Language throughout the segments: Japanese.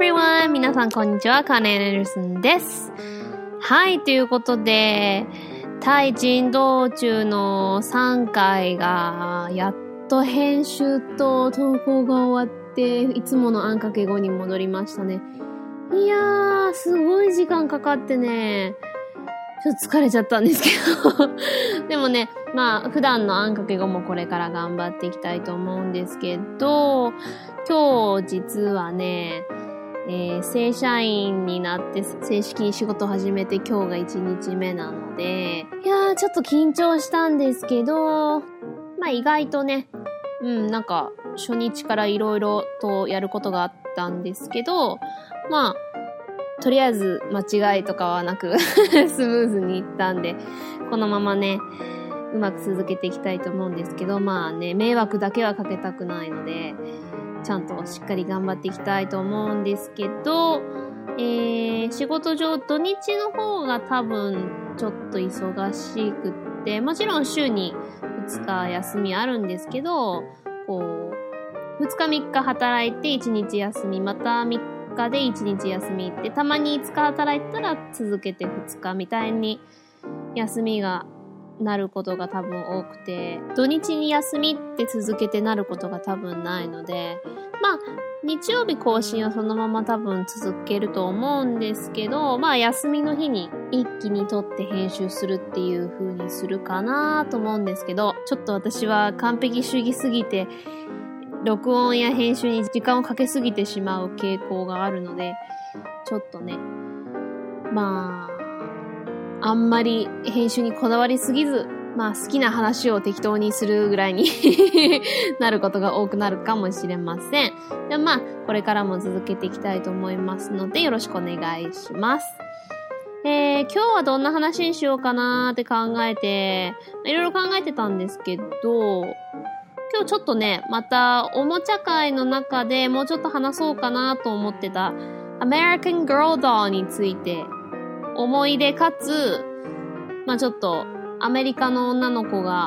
everyone! 皆さんこんにちは、カーネン・エルソンです。はい、ということで、タイ人道中の3回が、やっと編集と投稿が終わって、いつものあんかけ語に戻りましたね。いやー、すごい時間かかってね、ちょっと疲れちゃったんですけど。でもね、まあ、普段のあんかけ語もこれから頑張っていきたいと思うんですけど、今日実はね、正社員になって正式に仕事を始めて今日が1日目なので、いやーちょっと緊張したんですけど、まあ意外とね、なんか初日からいろいろとやることがあったんですけど、まあ、とりあえず間違いとかはなくスムーズにいったんで、このままね、うまく続けていきたいと思うんですけど、まあね、迷惑だけはかけたくないので、ちゃんとしっかり頑張っていきたいと思うんですけど、仕事上土日の方が多分ちょっと忙しくって、もちろん週に2日休みあるんですけど、こう、2日3日働いて1日休み、また3日で1日休みって、たまに5日働いたら続けて2日みたいに休みがなることが多分多くて、土日に休みって続けてなることが多分ないので、まあ、日曜日更新はそのまま多分続けると思うんですけど、まあ休みの日に一気に撮って編集するっていう風にするかなと思うんですけど、ちょっと私は完璧主義すぎて、録音や編集に時間をかけすぎてしまう傾向があるので、ちょっとね、まあ、あんまり編集にこだわりすぎず、まあ好きな話を適当にするぐらいになることが多くなるかもしれません。でもまあ、これからも続けていきたいと思いますので、よろしくお願いします。今日はどんな話にしようかなーって考えて、いろいろ考えてたんですけど、今日ちょっとね、またおもちゃ界の中でもうちょっと話そうかなと思ってた American Girl Doll について思い出かつ、まあちょっとアメリカの女の子が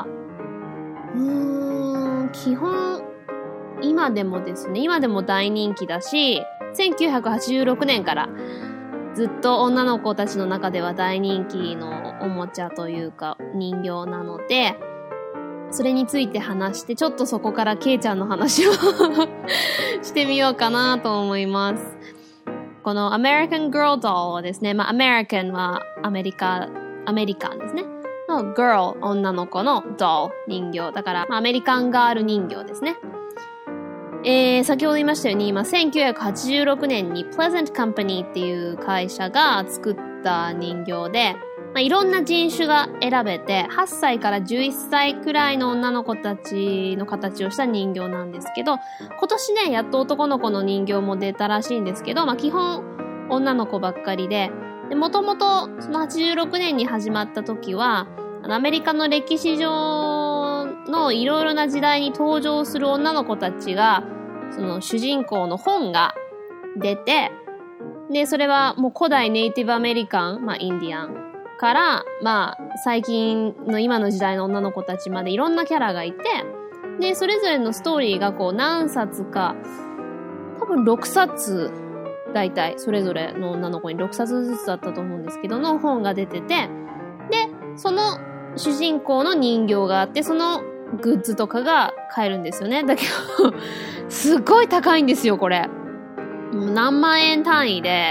基本今でもですね、今でも大人気だし、1986年からずっと女の子たちの中では大人気のおもちゃというか人形なので、それについて話して、ちょっとそこからケイちゃんの話をしてみようかなと思います。この American Girl Doll はですね、まあ American はアメリカンですね。の Girl 女の子の Doll 人形。だから、まあ、アメリカンガール人形ですね。先ほど言いましたように、1986年に Pleasant Company っていう会社が作った人形で、まあ、いろんな人種が選べて、8歳から11歳くらいの女の子たちの形をした人形なんですけど、今年ね、やっと男の子の人形も出たらしいんですけど、まあ、基本女の子ばっかりで、もともとその86年に始まった時は、アメリカの歴史上のいろいろな時代に登場する女の子たちが、その主人公の本が出て、で、それはもう古代ネイティブアメリカン、まあインディアンから、まあ最近の今の時代の女の子たちまでいろんなキャラがいて、で、それぞれのストーリーがこう何冊か、多分6冊、大体それぞれの女の子に6冊ずつだったと思うんですけどの本が出てて、で、その主人公の人形があって、そのグッズとかが買えるんですよね。だけどすっごい高いんですよ、これ。何万円単位で、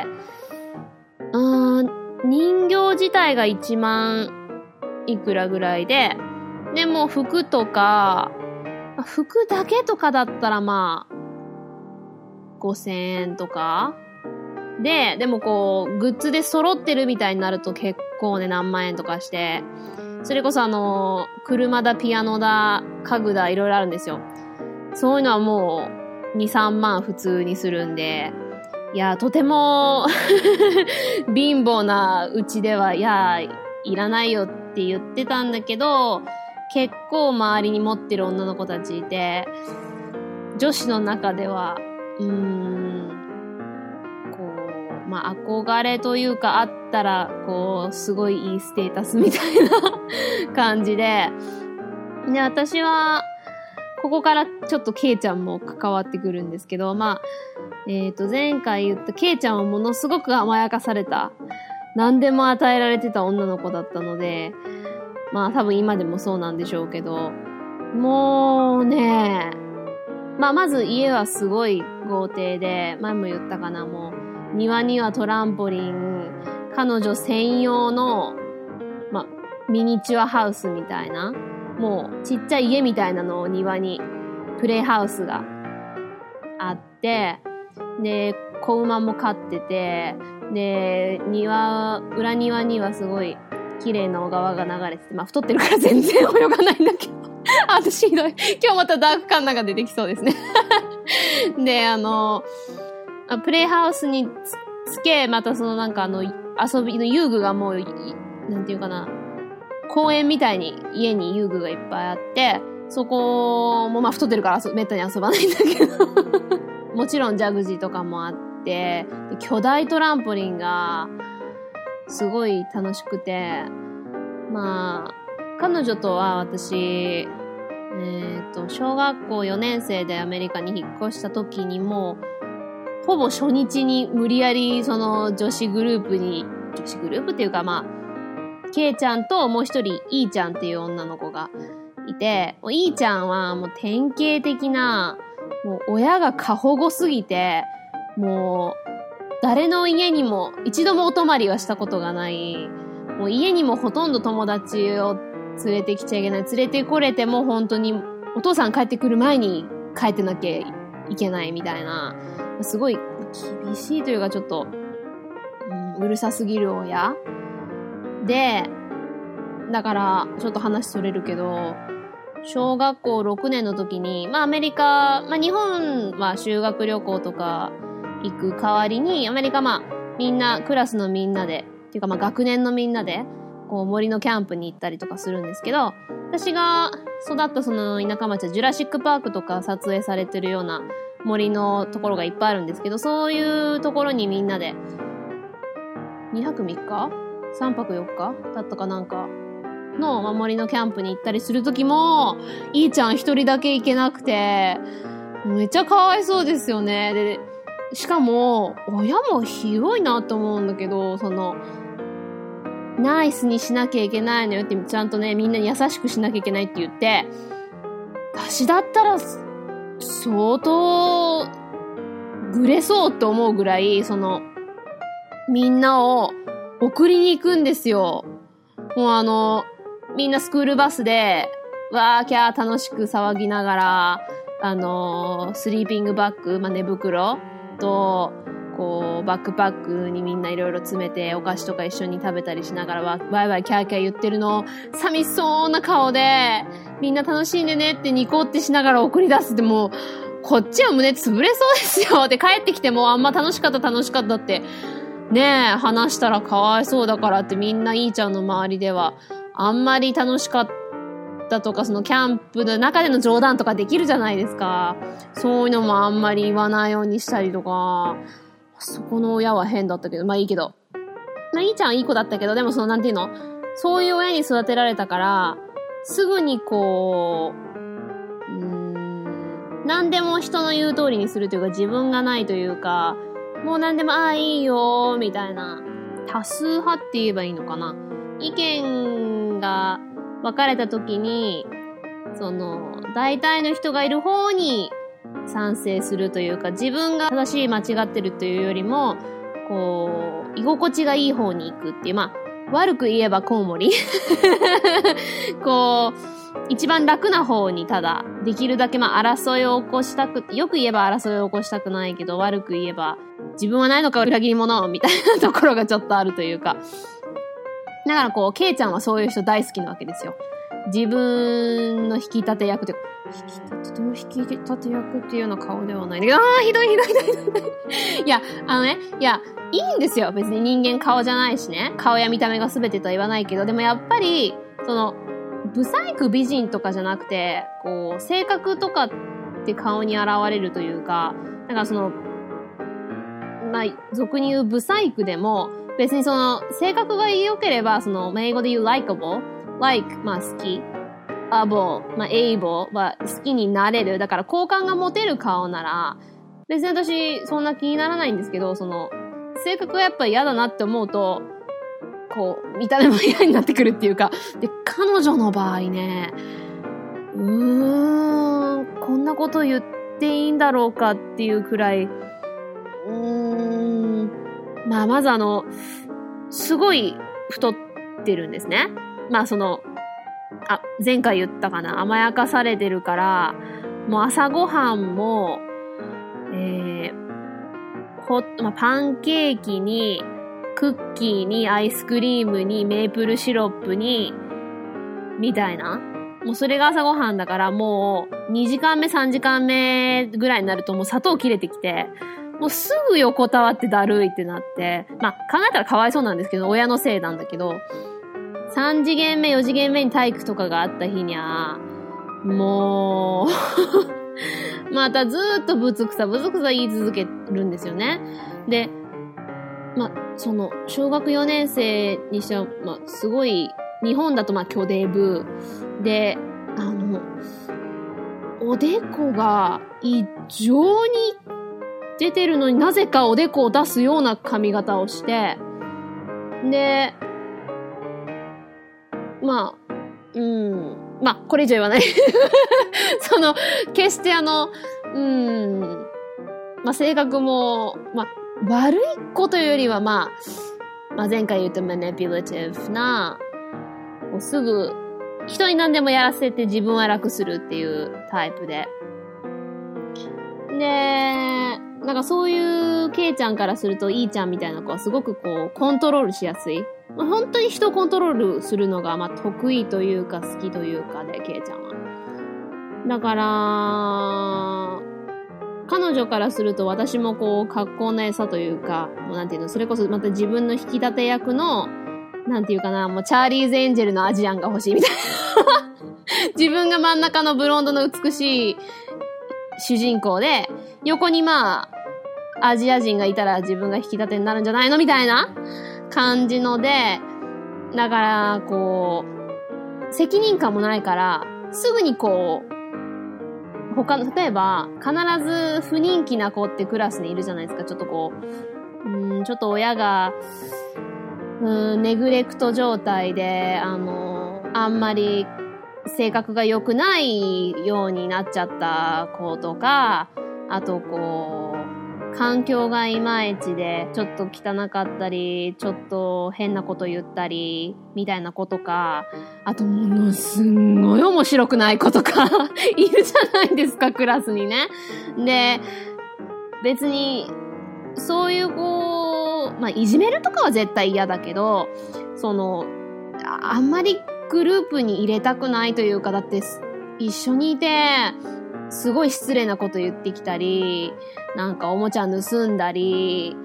人形自体が1万いくらぐらいで、でも服とか、服だけとかだったらまあ5000円とかでもこうグッズで揃ってるみたいになると結構ね、何万円とかして、それこそ車だ、ピアノだ、家具だ、いろいろあるんですよ。そういうのはもう2、3万普通にするんで、いや、とても貧乏なうちでは、いや、いらないよって言ってたんだけど、結構周りに持ってる女の子たちいて、女子の中では、まあ、憧れというかあったら、こう、すごいいいステータスみたいな感じで、で、私は、 ここからちょっとケイちゃんも関わってくるんですけど、まあ、前回言ったケイちゃんはものすごく甘やかされた、何でも与えられてた女の子だったので、まあ多分今でもそうなんでしょうけど、もうね、まあまず家はすごい豪邸で、前も言ったかな、もう庭にはトランポリン、彼女専用の、まあミニチュアハウスみたいな、もうちっちゃい家みたいなのを庭にプレイハウスがあって、で、子馬も飼ってて、で、裏庭にはすごい綺麗な小川が流れてて、まあ太ってるから全然泳がないんだけど。私ひどい。今日またダークカンナが出てきそうですね。で、プレイハウスにつけ、またそのなんか遊びの遊具がもう、なんていうかな、公園みたいに家に遊具がいっぱいあって、そこもまあ太ってるからめったに遊ばないんだけど。もちろんジャグジーとかもあって、巨大トランポリンがすごい楽しくて、まあ、彼女とは私、小学校4年生でアメリカに引っ越した時にも、ほぼ初日に無理やりその女子グループっていうかまあ、ケイちゃんともう一人、イーちゃんっていう女の子がいて、イーちゃんはもう典型的な、もう親が過保護すぎて、もう誰の家にも一度もお泊まりはしたことがない、もう家にもほとんど友達を連れてきちゃいけない。連れてこれても本当にお父さん帰ってくる前に帰ってなきゃいけないみたいな、すごい厳しいというかちょっと、うるさすぎる親で、だからちょっと話それるけど、小学校6年の時に、まあアメリカ、まあ日本は修学旅行とか行く代わりに、アメリカまあみんな、クラスのみんなで、っていうかまあ学年のみんなで、こう森のキャンプに行ったりとかするんですけど、私が育ったその田舎町はジュラシックパークとか撮影されてるような森のところがいっぱいあるんですけど、そういうところにみんなで、2泊3日 ?3 泊4日だったかなんかの森のキャンプに行ったりするときも、いーちゃん一人だけ行けなくて、めっちゃかわいそうですよね。で、しかも、親もひどいなと思うんだけど、ナイスにしなきゃいけないのよって、ちゃんとね、みんなに優しくしなきゃいけないって言って、私だったら、相当、ぐれそうって思うぐらい、みんなを送りに行くんですよ。もうみんなスクールバスで、わーキャー楽しく騒ぎながら、スリーピングバッグ、まあ、寝袋と、こう、バックパックにみんないろいろ詰めて、お菓子とか一緒に食べたりしながら、ワイワイキャーキャー言ってるのを、寂しそうな顔で、みんな楽しんでねってニコってしながら送り出すってもう、こっちは胸潰れそうですよ。で、帰ってきてもあんま楽しかったって、ねえ、話したらかわいそうだからってみんないーちゃんの周りでは、あんまり楽しかったとか、そのキャンプの中での冗談とかできるじゃないですか。そういうのもあんまり言わないようにしたりとか、そこの親は変だったけど、まあいいけど。まあいいちゃんはいい子だったけど、でもなんていうの？そういう親に育てられたから、すぐにこう、何でも人の言う通りにするというか、自分がないというか、もう何でも、いいよ、みたいな。多数派って言えばいいのかな。意見が分かれた時に、大体の人がいる方に賛成するというか、自分が正しい間違ってるというよりも、こう、居心地がいい方に行くっていう、まあ、悪く言えばコウモリこう、一番楽な方にただ、できるだけまあ争いを起こしたく、よく言えば争いを起こしたくないけど、悪く言えば、自分はないのか裏切り者みたいなところがちょっとあるというか。だからこう、ケイちゃんはそういう人大好きなわけですよ。自分の引き立て役というか、とても引き立て役っていうような顔ではないんだけど、ひどい。いや、いいんですよ。別に人間顔じゃないしね。顔や見た目が全てとは言わないけど、でもやっぱり、ブサイク美人とかじゃなくて、こう、性格とかって顔に現れるというか、なんかまあ、俗に言うブサイクでも、別に性格が良ければ、英語で言う likable、like、まあ好き。 able は好きになれる。だから好感が持てる顔なら、別に私そんな気にならないんですけど、性格がやっぱり嫌だなって思うと、見た目も嫌になってくるっていうか、で、彼女の場合ね、こんなこと言っていいんだろうかっていうくらい、まずすごい太ってるんですね。前回言ったかな、甘やかされてるから、もう朝ごはんも、パンケーキに、クッキーに、アイスクリームに、メープルシロップに、みたいな。もうそれが朝ごはんだから、もう2時間目、3時間目ぐらいになるともう砂糖切れてきて、もうすぐ横たわってだるいってなって、考えたらかわいそうなんですけど、親のせいなんだけど、3次元目、4次元目に体育とかがあった日にゃ、もう、またずーっとブツクサ言い続けるんですよね。で、小学4年生にしては、すごい、日本だと巨デブで、おでこが異常に出てるのになぜかおでこを出すような髪型をして、で、これ以上言わない。決して性格も、悪いことよりは前回言ったマニピュラティブな、すぐ、人に何でもやらせて自分は楽するっていうタイプで。で、そういうケイちゃんからすると、イーちゃんみたいな子はすごくコントロールしやすい。本当に人をコントロールするのが、得意というか好きというかで、ケイちゃんは。だから、彼女からすると私も格好の餌というか、それこそまた自分の引き立て役の、もうチャーリーズ・エンジェルのアジアンが欲しいみたいな。自分が真ん中のブロンドの美しい主人公で、横にアジア人がいたら自分が引き立てになるんじゃないのみたいな感じので、だから、責任感もないから、すぐに例えば、必ず不人気な子ってクラスにいるじゃないですか。ちょっとちょっと親が、ネグレクト状態で、あんまり性格が良くないようになっちゃった子とか、あと環境がいまいちで、ちょっと汚かったり、ちょっと変なこと言ったり、みたいな子とか、あとものすんごい面白くない子とか、いるじゃないですか、クラスにね。で、別に、そういう子、いじめるとかは絶対嫌だけど、あんまりグループに入れたくないというか、だって一緒にいて、すごい失礼なこと言ってきたり、おもちゃ盗んだり、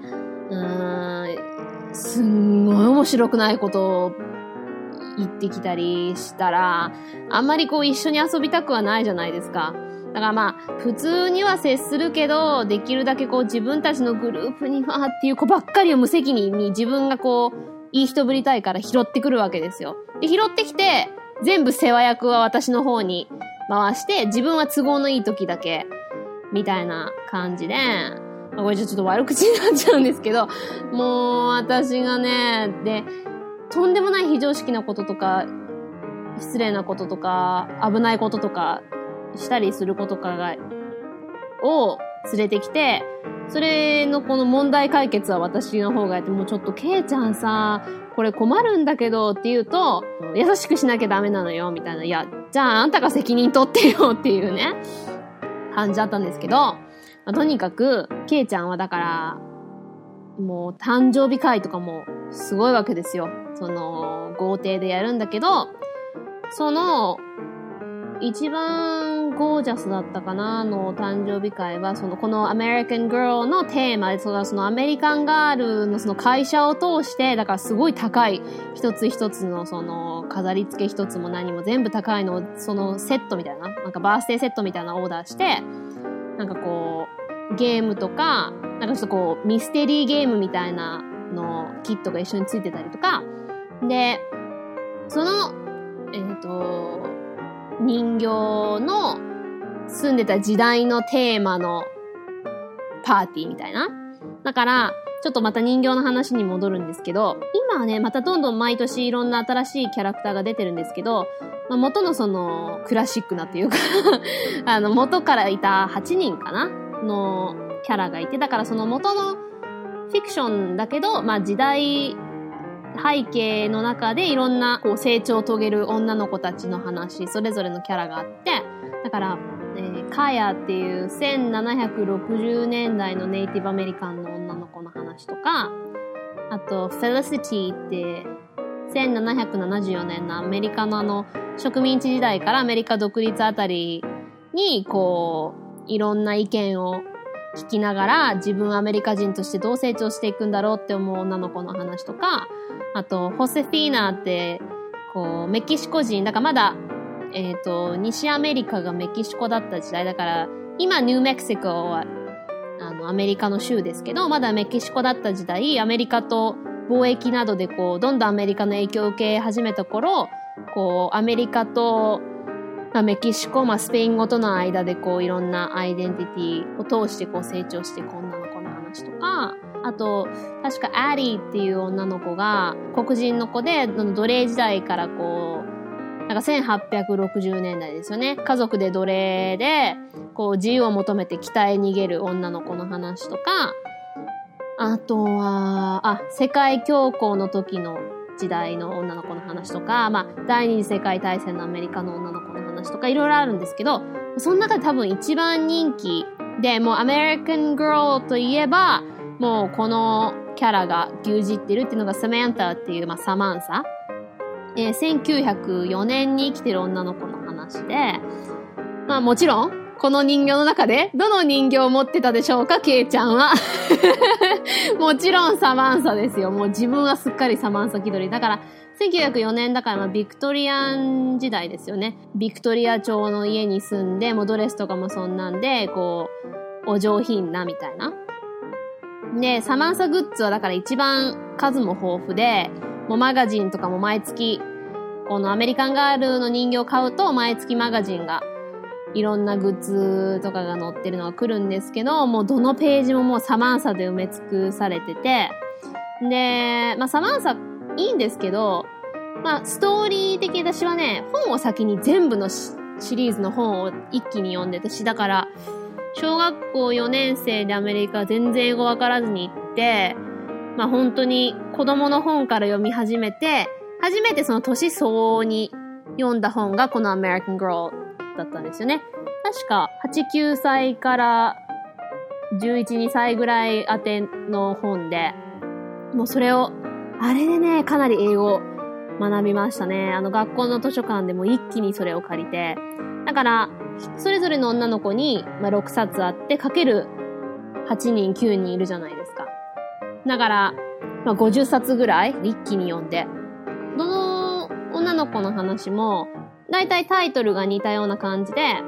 すんごい面白くないことを言ってきたりしたら、あんまり一緒に遊びたくはないじゃないですか。だから普通には接するけど、できるだけ自分たちのグループにっていう子ばっかりを無責任に自分がいい人ぶりたいから拾ってくるわけですよ。で、拾ってきて、全部世話役は私の方に回して、自分は都合のいい時だけ、みたいな感じで、これちょっと悪口になっちゃうんですけど、もう私がね、で、とんでもない非常識なこととか、失礼なこととか、危ないこととか、したりすることかを連れてきて、それのこの問題解決は私の方がやって、もうちょっとケイちゃんさ、これ困るんだけどって言うと、優しくしなきゃダメなのよ、みたいな。いや、じゃああんたが責任取ってよっていうね、感じだったんですけど、とにかく、ケイちゃんはだから、もう誕生日会とかもすごいわけですよ。豪邸でやるんだけど、一番ゴージャスだったかなの誕生日会は、このアメリカンガールのテーマで、そのアメリカンガールのその会社を通して、だからすごい高い、一つ一つの飾り付け一つも何も全部高いのを、セットみたいな、バースデーセットみたいなオーダーして、ゲームとか、ちょっとミステリーゲームみたいなのキットが一緒についてたりとか、で、 人形の住んでた時代のテーマのパーティーみたいな。だから、ちょっとまた人形の話に戻るんですけど、今はね、またどんどん毎年いろんな新しいキャラクターが出てるんですけど、まあ、元のその、クラシックなっていうか元からいた8人かなのキャラがいて、だからその元のフィクションだけど、まあ時代背景の中でいろんなこう成長を遂げる女の子たちの話、それぞれのキャラがあって、だから、カヤっていう1760年代のネイティブアメリカンの女の子の話とか、あと、フェリシティって1774年のアメリカの植民地時代からアメリカ独立あたりに、こう、いろんな意見を聞きながら自分アメリカ人としてどう成長していくんだろうって思う女の子の話とか、あと、ホセフィーナって、こう、メキシコ人、だからまだ、西アメリカがメキシコだった時代だから、今ニューメキシコは、アメリカの州ですけど、まだメキシコだった時代、アメリカと貿易などでこう、どんどんアメリカの影響を受け始めた頃、こう、アメリカと、メキシコ、スペイン語との間でこう、いろんなアイデンティティを通してこう、成長していく女の子の話とか、あと、確かアディっていう女の子が、黒人の子で、奴隷時代からこう、なんか1860年代ですよね。家族で奴隷で、こう自由を求めて北へ逃げる女の子の話とか、あとは、世界恐慌の時の時代の女の子の話とか、第二次世界大戦のアメリカの女の子の話とか、いろいろあるんですけど、その中で多分一番人気で、もうアメリカンガールといえば、もうこのキャラが牛耳ってるっていうのがサマンタっていう、サマンサ。1904年に生きてる女の子の話で、もちろん、この人形の中で、どの人形を持ってたでしょうか、ケイちゃんは。もちろんサマンサですよ。もう自分はすっかりサマンサ気取り。だから、1904年だからビクトリアン時代ですよね。ビクトリア朝の家に住んで、もうドレスとかもそんなんで、こう、お上品なみたいな。で、サマンサグッズはだから一番数も豊富で、もうマガジンとかも毎月、このアメリカンガールの人形を買うと毎月マガジンがいろんなグッズとかが載ってるのが来るんですけど、もうどのページももうサマンサで埋め尽くされてて、で、サマンサいいんですけど、ストーリー的に私はね、本を先に全部のシリーズの本を一気に読んで、私だから小学校4年生でアメリカ全然英語わからずに行って、本当に子供の本から読み始めて、初めてその年相応に読んだ本がこの American Girl だったんですよね。確か8、9歳から11、2歳ぐらい宛ての本で、もうそれを、あれでね、かなり英語学びましたね。学校の図書館でも一気にそれを借りて。だから、それぞれの女の子に、6冊あって、かける8人、9人いるじゃないですか。だから、50冊ぐらい一気に読んで、どの女の子の話も、だいたいタイトルが似たような感じで、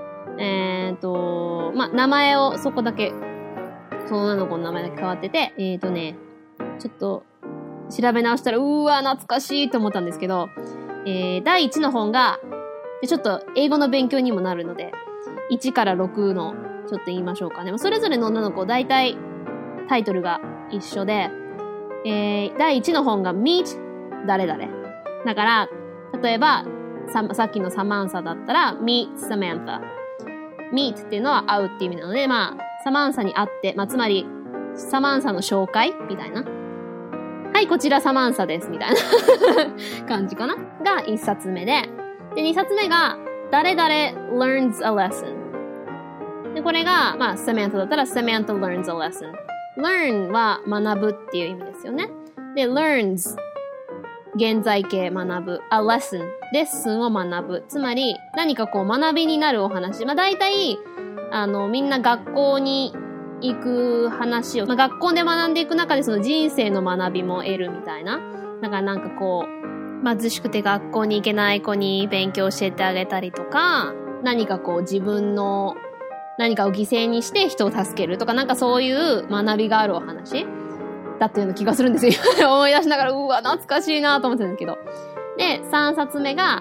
名前をそこだけ、その女の子の名前だけ変わってて、ちょっと、調べ直したら、懐かしいと思ったんですけど、第1の本が、ちょっと英語の勉強にもなるので、1から6の、ちょっと言いましょうかね。それぞれの女の子、だいたいタイトルが一緒で、第1の本が Meet 誰々。だから、例えば、さっきのサマンサだったら Meet Samantha。Meet っていうのは会うっていう意味なので、サマンサに会って、つまり、サマンサの紹介みたいな。はい、こちらサマンサです。みたいな感じかなが1冊目で。で、2冊目が、誰々 learns a lesson。で、これが、Samantha だったら Samantha learns a lesson。learn は学ぶっていう意味ですよね。で、learns 現在形学ぶ。a lesson レッスンを学ぶ。つまり、何かこう学びになるお話。大体、みんな学校に行く話を、学校で学んでいく中でその人生の学びも得るみたいな。だからなんかこう、貧しくて学校に行けない子に勉強教えてあげたりとか、何かこう自分の何かを犠牲にして人を助けるとか、なんかそういう学びがあるお話だったような気がするんですよ。思い出しながら、懐かしいなと思ってたんですけど。で、3冊目が、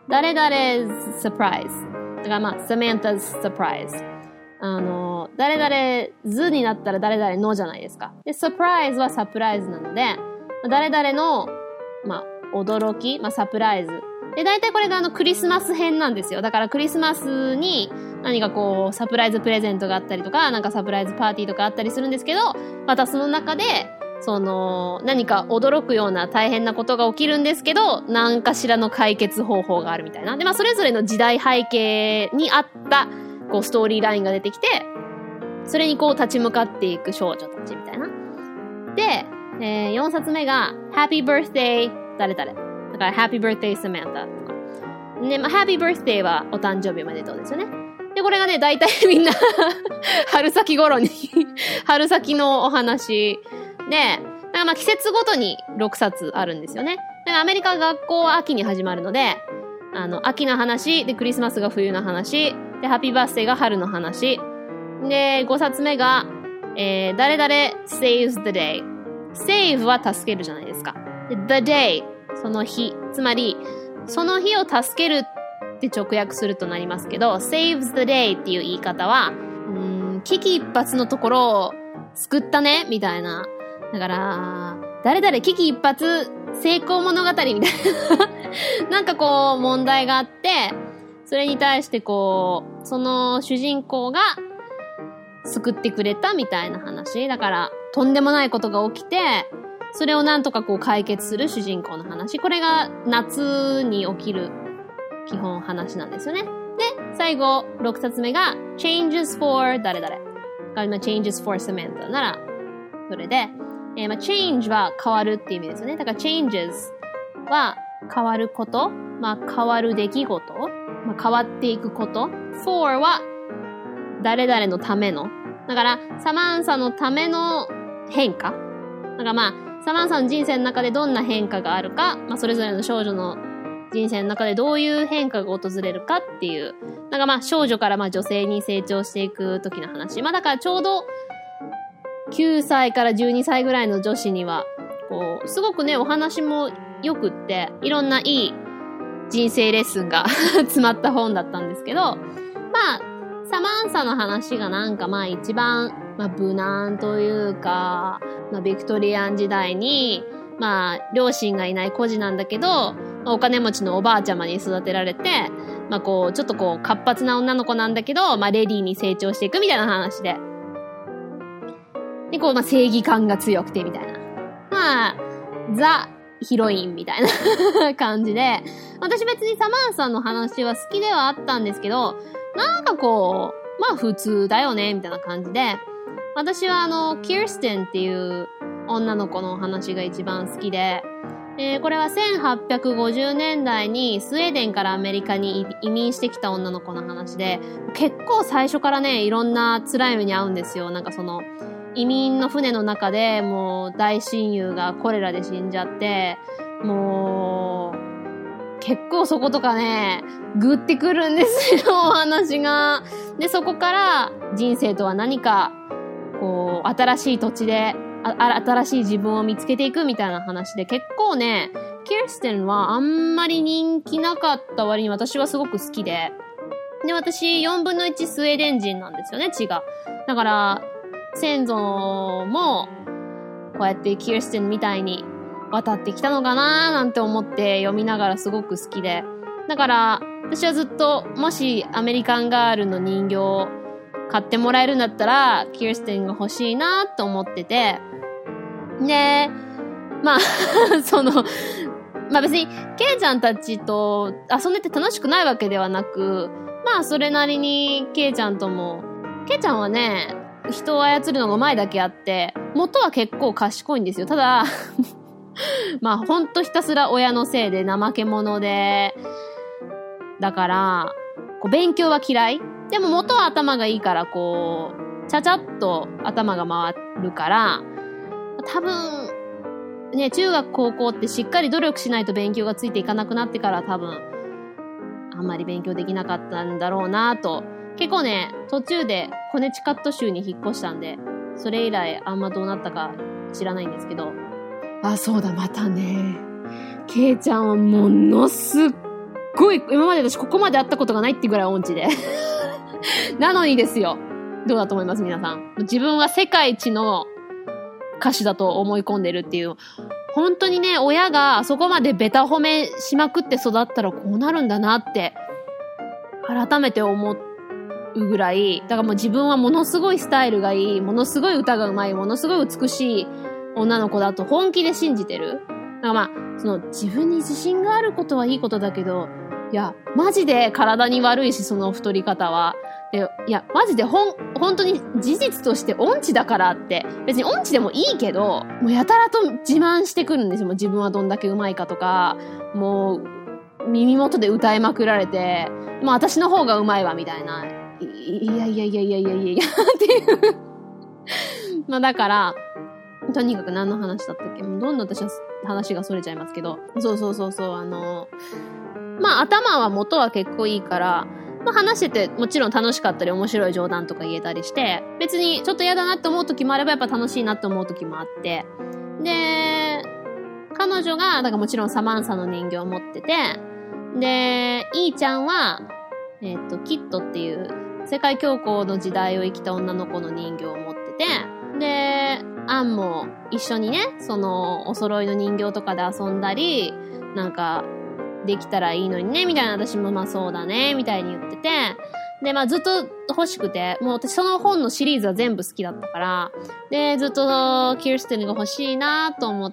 誰々 surprise。だからまあ、Samantha's surprise。誰々図になったら誰々のじゃないですか。で、surprise はサプライズなので、誰々の、まあ、驚き、まあ、サプライズ。で、大体これがクリスマス編なんですよ。だからクリスマスに何かこう、サプライズプレゼントがあったりとか、なんかサプライズパーティーとかあったりするんですけど、またその中で、何か驚くような大変なことが起きるんですけど、何かしらの解決方法があるみたいな。で、まあ、それぞれの時代背景にあった、こう、ストーリーラインが出てきて、それにこう、立ち向かっていく少女たちみたいな。で、4冊目が、Happy Birthday 誰々。だから、Happy Birthday Samantha とか。で、まあ、Happy Birthday はお誕生日おめでとうですよね。で、これがね、大体みんな、春先頃に、春先のお話で、だからまあ季節ごとに6冊あるんですよね。だからアメリカ学校は秋に始まるので、秋の話、で、クリスマスが冬の話、で、ハッピーバースデーが春の話、で、5冊目が、誰々 saves the day。save は助けるじゃないですか。で、the day、その日。つまり、その日を助けるって直訳するとなりますけど、saves the day っていう言い方は、危機一髪のところを救ったねみたいな。だから、誰々危機一髪成功物語みたいな。なんかこう、問題があって、それに対してこう、その主人公が救ってくれたみたいな話。だから、とんでもないことが起きて、それをなんとかこう解決する主人公の話。これが夏に起きる基本話なんですよね。で、最後、6冊目が Changes for 誰々。Changes for Samantha なら、それで、まあ、change は変わるっていう意味ですよね。だから changes は変わること。まあ、変わる出来事。まあ、変わっていくこと。for は誰々のための。だから、サマンサのための変化。だからまあ、サマンサの人生の中でどんな変化があるか、まあ、それぞれの少女の人生の中でどういう変化が訪れるかっていう。なんかまあ、少女からまあ女性に成長していく時の話。まあだからちょうど、9歳から12歳ぐらいの女子には、こう、すごくね、お話も良くって、いろんないい人生レッスンが詰まった本だったんですけど、まあ、サマンサの話がなんかまあ一番、まあ無難というか、まあビクトリアン時代に、まあ両親がいない孤児なんだけど、まあ、お金持ちのおばあちゃまに育てられて、まあこう、ちょっとこう活発な女の子なんだけど、まあレディーに成長していくみたいな話で。で、こう、まあ、正義感が強くて、みたいな。まあ、ザ・ヒロインみたいな感じで、私別にサマンサの話は好きではあったんですけど、なんかこう、まあ普通だよね、みたいな感じで、私はキルステンっていう女の子の話が一番好きで、これは1850年代にスウェーデンからアメリカに移民してきた女の子の話で、結構最初からね、いろんな辛い目に遭うんですよ。なんか移民の船の中でもう大親友がコレラで死んじゃって、もう結構そことかね、グってくるんですよ、お話が。で、そこから人生とは何か、こう、新しい土地で、新しい自分を見つけていくみたいな話で、結構ね、キルステンはあんまり人気なかった割に私はすごく好きで、で、私4分の1スウェーデン人なんですよね、血が。だから、先祖も、こうやってキルステンみたいに渡ってきたのかなーなんて思って読みながらすごく好きで。だから、私はずっと、もしアメリカンガールの人形を買ってもらえるんだったら、キルステンが欲しいなーと思ってて。で、まあ、まあ別に、ケイちゃんたちと遊んでて楽しくないわけではなく、まあそれなりにケイちゃんとも、ケイちゃんはね、人を操るのが上手いだけあって、元は結構賢いんですよ。ただ、まあほんとひたすら親のせいで怠け者で、だから、こう勉強は嫌い。でも元は頭がいいから、こう、ちゃちゃっと頭が回るから、多分、ね、中学高校ってしっかり努力しないと勉強がついていかなくなってから多分、あんまり勉強できなかったんだろうなと。結構ね、途中でコネチカット州に引っ越したんで、それ以来あんまどうなったか知らないんですけど。あ、そうだ、またね。ケイちゃんはものすっごい、今まで私ここまで会ったことがないってぐらい音痴で。なのにですよ。どうだと思います皆さん。自分は世界一の歌手だと思い込んでるっていう。本当にね、親がそこまでベタ褒めしまくって育ったらこうなるんだなって、改めて思うぐらい、だからもう自分はものすごいスタイルがいい、ものすごい歌がうまい、ものすごい美しい女の子だと本気で信じてる。だからまあ、その自分に自信があることはいいことだけど、いや、マジで体に悪いし、その太り方は。で、いや、マジで本当に事実として音痴だからって、別に音痴でもいいけど、もうやたらと自慢してくるんですよ。もう自分はどんだけうまいかとか、もう耳元で歌いまくられて、もう私の方がうまいわみたいな。いやっていう。まあだから、とにかく何の話だったっけ？もうどんどん私は話が逸れちゃいますけど。まあ頭は元は結構いいから、まあ話しててもちろん楽しかったり面白い冗談とか言えたりして、別にちょっと嫌だなって思う時もあればやっぱ楽しいなって思う時もあって、で、彼女が、だからもちろんサマンサの人形を持ってて、で、イーちゃんは、キットっていう世界恐慌の時代を生きた女の子の人形を持ってて、で、アンも一緒にね、そのお揃いの人形とかで遊んだり、なんか、できたらいいのにね、みたいな私もまあそうだね、みたいに言ってて、で、まあずっと欲しくて、もう私その本のシリーズは全部好きだったから、で、ずっとキルステンが欲しいなと思って、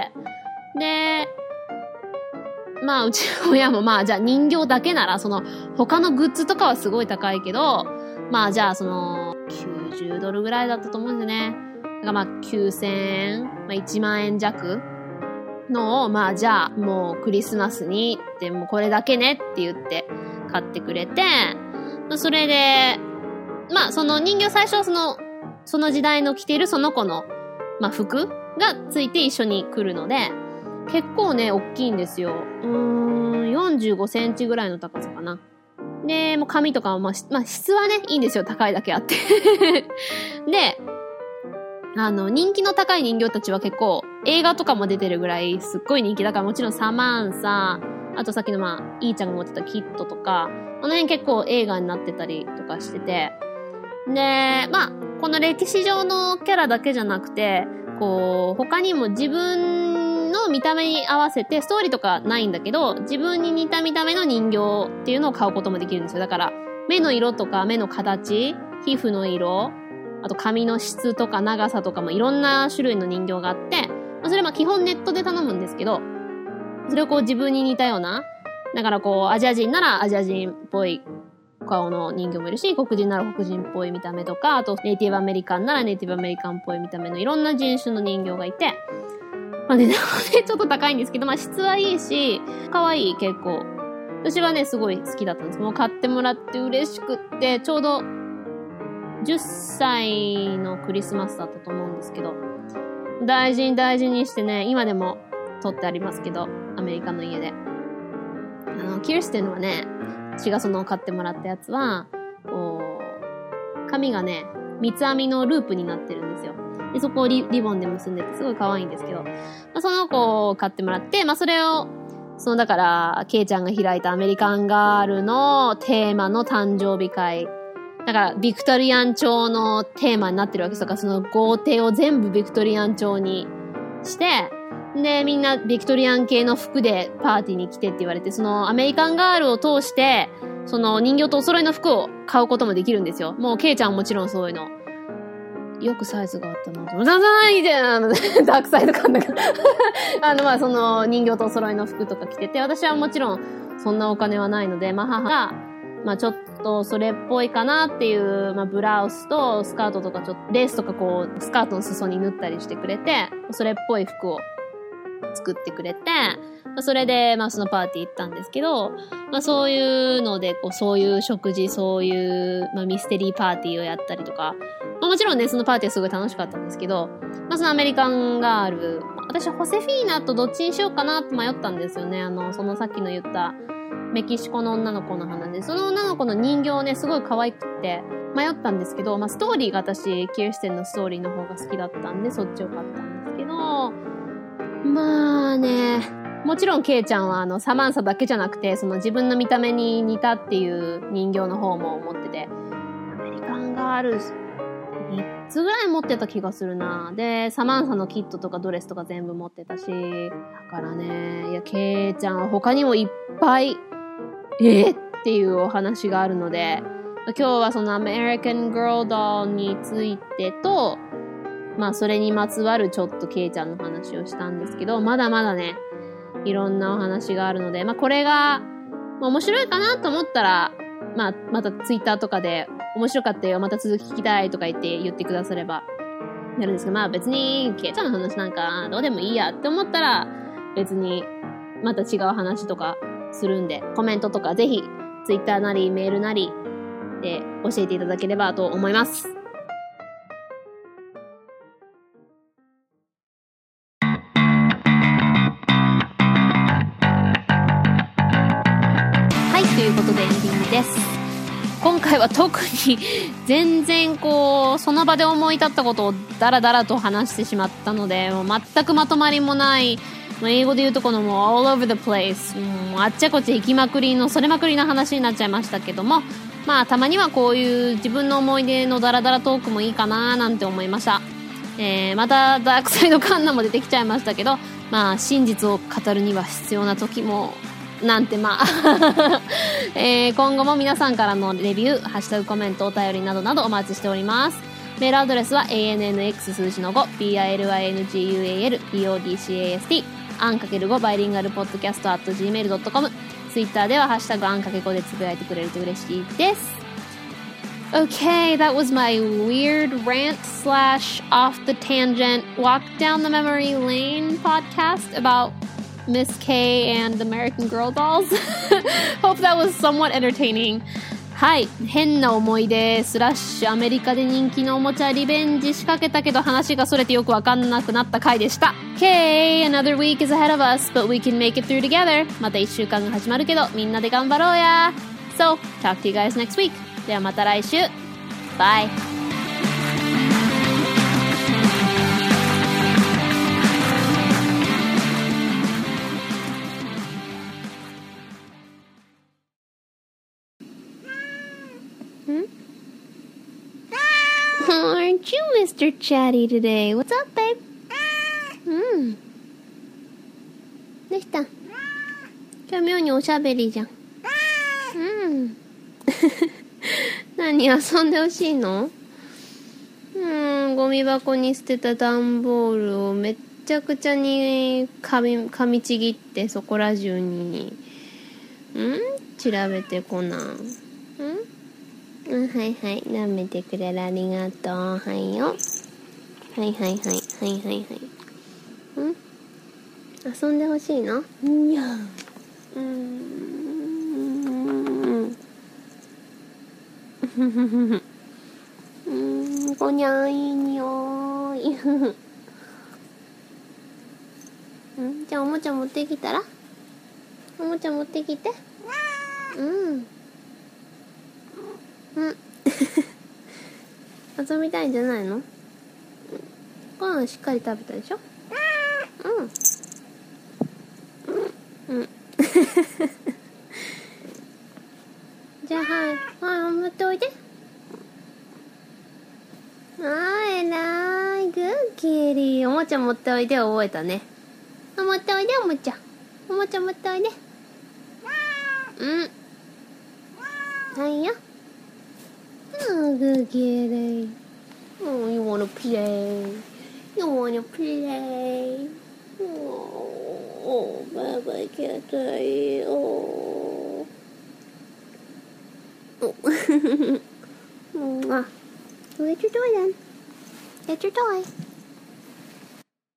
で、まあうちの親もまあじゃあ人形だけなら、その他のグッズとかはすごい高いけど、まあじゃあその90ドルぐらいだったと思うんですよね。だからまあ9000円、まあ1万円弱のを、まあじゃあもうクリスマスにってもうこれだけねって言って買ってくれて、それで、まあその人形最初はその時代の着ているその子の、まあ服がついて一緒に来るので、結構ね、大きいんですよ。45センチぐらいの高さかな。で、もう髪とかはまあ質はね、いいんですよ。高いだけあって。で、人気の高い人形たちは結構映画とかも出てるぐらいすっごい人気だから、もちろんサマンサ、あとさっきのまあ、イーちゃんが持ってたキットとか、この辺結構映画になってたりとかしてて。で、まあ、この歴史上のキャラだけじゃなくて、こう、他にも自分の見た目に合わせて、ストーリーとかないんだけど、自分に似た見た目の人形っていうのを買うこともできるんですよ。だから、目の色とか目の形、皮膚の色、あと髪の質とか長さとかもいろんな種類の人形があって、それは基本ネットで頼むんですけど、それをこう自分に似たような、だからこうアジア人ならアジア人っぽい顔の人形もいるし、黒人なら黒人っぽい見た目とか、あとネイティブアメリカンならネイティブアメリカンっぽい見た目のいろんな人種の人形がいて、まあ値段はね、ちょっと高いんですけど、まあ質はいいし、可愛い結構。私はね、すごい好きだったんです。もう買ってもらって嬉しくって、ちょうど10歳のクリスマスだったと思うんですけど、大事にしてね、今でも取ってありますけど、アメリカの家で。キルステンはね、私が買ってもらったやつは、こう、髪がね、三つ編みのループになってるんですよ。で、そこをリボンで結んでてすごい可愛いんですけど、まあ、その子を買ってもらって、まあそれを、だから、ケイちゃんが開いたアメリカンガールのテーマの誕生日会。だから、ビクトリアン朝のテーマになってるわけです。だから、その豪邸を全部ビクトリアン朝にして、で、みんなビクトリアン系の服でパーティーに来てって言われて、そのアメリカンガールを通して、その人形とお揃いの服を買うこともできるんですよ。もう、ケイちゃんもちろんそういうの。よくサイズがあったなと。ないでダークサイド感だから。まあ、その人形とお揃いの服とか着てて、私はもちろんそんなお金はないので、まあ母が、まあちょっとそれっぽいかなっていう、まあブラウスとスカートとかちょっと、レースとかこう、スカートの裾に縫ったりしてくれて、それっぽい服を作ってくれて、まあ、それで、まあそのパーティー行ったんですけど、まあそういうので、こう、そういう食事、そういう、まあミステリーパーティーをやったりとか、まあもちろんね、そのパーティーはすごい楽しかったんですけど、まあそのアメリカンガール、私はホセフィーナとどっちにしようかなって迷ったんですよね。そのさっきの言ったメキシコの女の子の話で、その女の子の人形ね、すごい可愛くって迷ったんですけど、まあストーリーが私、キルステンのストーリーの方が好きだったんで、そっちを買ったんですけど、まあね、 もちろんケイちゃんはサマンサだけじゃなくて、その自分の見た目に似たっていう人形の方も持ってて、アメリカンガールズ3つぐらい持ってた気がするな。で、サマンサのキットとかドレスとか全部持ってたし、だからね、いや、ケイちゃんは他にもいっぱい、っていうお話があるので、今日はそのアメリカン・ガール・ドールについてと、まあそれにまつわるちょっとケイちゃんの話をしたんですけど、まだまだね、いろんなお話があるので、まあこれが面白いかなと思ったら、まあまたツイッターとかで面白かったよ、また続き聞きたいとか言ってくださればやるんですけど、まあ別にケイちゃんの話なんかどうでもいいやって思ったら、別にまた違う話とかするんで、コメントとかぜひツイッターなりメールなりで教えていただければと思います。はい、ということでエンディングです。今回は特に全然その場で思い立ったことをダラダラと話してしまったので、もう全くまとまりもない、英語で言うとこのもう all over the place、もうあっちゃこっちゃ行きまくりのそれまくりな話になっちゃいましたけども、まあたまにはこういう自分の思い出のダラダラトークもいいかななんて思いました。またダークサイドカンナも出てきちゃいましたけど、まあ真実を語るには必要な時もなんてまあ、今後も皆さんからのレビュー、ハッシュタグコメント、お便りなどなどお待ちしております。メールアドレスは ANNX 数字の5 PILINGUAL PODCAST アン×5バイリンガルポッドキャスト @gmail.com、 ツイッターではハッシュタグアン×5でつぶやいてくれると嬉しいです。 Okay, that was my weird rant / off the tangent walk down the memory lane podcast about Miss K and the American Girl dolls. Hope that was somewhat entertaining. はい。変な思い出/ アメリカで人気のおもちゃリベンジ仕掛けたけど話がそれてよくわかんなくなった回でした。Okay, another week is ahead of us, but we can make it through together. また1週間が始まるけどみんなで頑張ろうや。So, talk to you guys next week. ではまた来週。Bye. Aren't you Mr. Chatty today? What's up, babe? どうした？今日妙におしゃべりじゃん。何遊んでほしいの？ゴミ箱に捨てた段ボールをめっちゃくちゃに噛みちぎってそこら中に調べてこな。はいはい、舐めてくれる、ありがとう。はいよ。はいはいはいはいはいはい。遊んでほしいの？にゃごにゃいにょーい。じゃあおもちゃ持ってきたら？おもちゃ持ってきて。遊びたいんじゃないの？ご飯しっかり食べたでしょ？じゃあはい、持っておいで。えらい、グッキリー。おもちゃ持っておいで、覚えたね。持っておいで、おもちゃ。おもちゃ持っておいで。はいよ。good kitty. Oh, you wanna play? You wanna play? Oh, Baba kitty. Oh. Get your toy then. Get your toy.